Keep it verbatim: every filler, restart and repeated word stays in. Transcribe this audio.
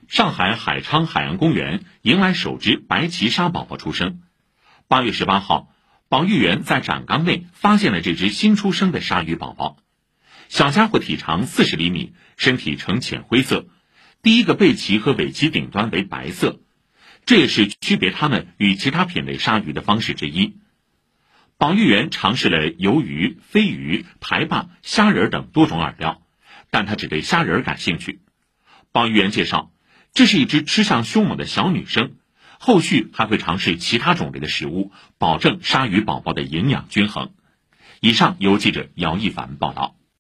上海海昌海洋公园迎来首只白鳍鲨宝宝出生。八月十八号，保育员在展缸内发现了这只新出生的鲨鱼宝宝。小家伙体长四十厘米，身体呈浅灰色，第一个背鳍和尾鳍顶端为白色，这也是区别它们与其他品类鲨鱼的方式之一。保育员尝试了鱿鱼、飞鱼、排蚌、虾仁等多种饵料，但他只对虾仁感兴趣。保育员介绍，这是一只吃相凶猛的小女生，后续还会尝试其他种类的食物，保证鲨鱼宝宝的营养均衡。以上由记者姚一凡报道。